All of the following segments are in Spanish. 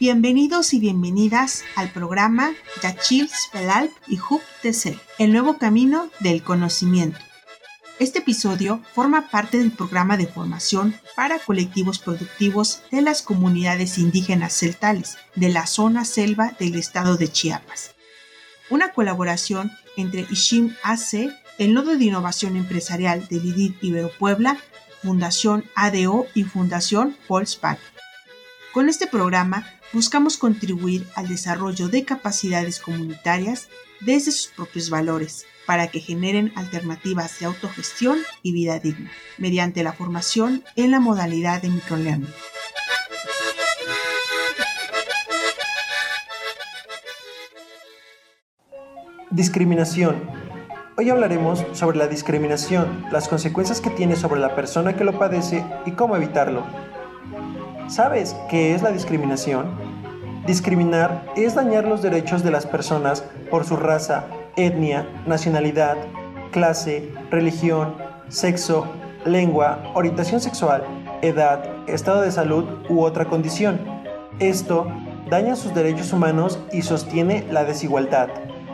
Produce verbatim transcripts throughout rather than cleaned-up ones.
Bienvenidos y bienvenidas al programa Yachils Pelalp y Hub T C, el nuevo camino del conocimiento. Este episodio forma parte del programa de formación para colectivos productivos de las comunidades indígenas celtales de la zona selva del estado de Chiapas. Una colaboración entre Ishim A C, el Nodo de Innovación Empresarial del I D I Ibero Puebla, Fundación A D O y Fundación Volkswagen. Con este programa buscamos contribuir al desarrollo de capacidades comunitarias desde sus propios valores para que generen alternativas de autogestión y vida digna, mediante la formación en la modalidad de microlearning. Discriminación. Hoy hablaremos sobre la discriminación, las consecuencias que tiene sobre la persona que lo padece y cómo evitarlo. ¿Sabes qué es la discriminación? Discriminar es dañar los derechos de las personas por su raza, etnia, nacionalidad, clase, religión, sexo, lengua, orientación sexual, edad, estado de salud u otra condición. Esto daña sus derechos humanos y sostiene la desigualdad.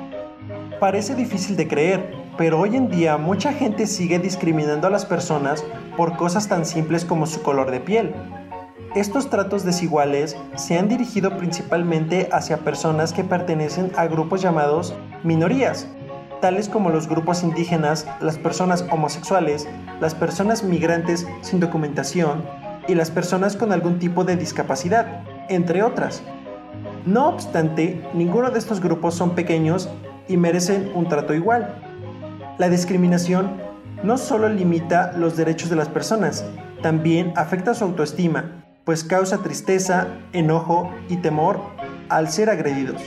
Parece difícil de creer, pero hoy en día mucha gente sigue discriminando a las personas por cosas tan simples como su color de piel. Estos tratos desiguales se han dirigido principalmente hacia personas que pertenecen a grupos llamados minorías, tales como los grupos indígenas, las personas homosexuales, las personas migrantes sin documentación y las personas con algún tipo de discapacidad, entre otras. No obstante, ninguno de estos grupos son pequeños y merecen un trato igual. La discriminación no solo limita los derechos de las personas, también afecta su autoestima, pues causa tristeza, enojo y temor al ser agredidos.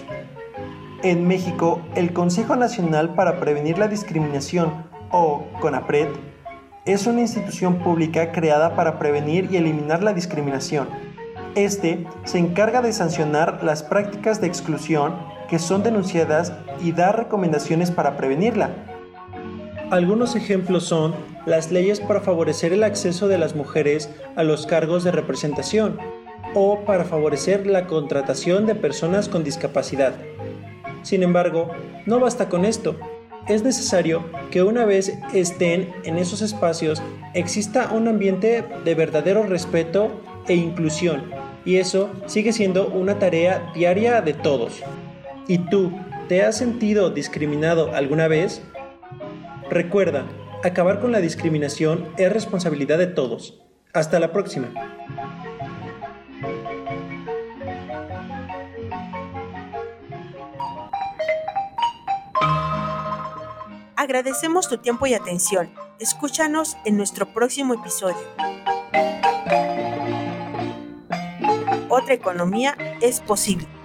En México, el Consejo Nacional para Prevenir la Discriminación, o CONAPRED, es una institución pública creada para prevenir y eliminar la discriminación. Este se encarga de sancionar las prácticas de exclusión que son denunciadas y dar recomendaciones para prevenirla. Algunos ejemplos son las leyes para favorecer el acceso de las mujeres a los cargos de representación o para favorecer la contratación de personas con discapacidad. Sin embargo, no basta con esto. Es necesario que una vez estén en esos espacios exista un ambiente de verdadero respeto e inclusión, y eso sigue siendo una tarea diaria de todos. ¿Y tú, te has sentido discriminado alguna vez? Recuerda, acabar con la discriminación es responsabilidad de todos. Hasta la próxima. Agradecemos tu tiempo y atención. Escúchanos en nuestro próximo episodio. Otra economía es posible.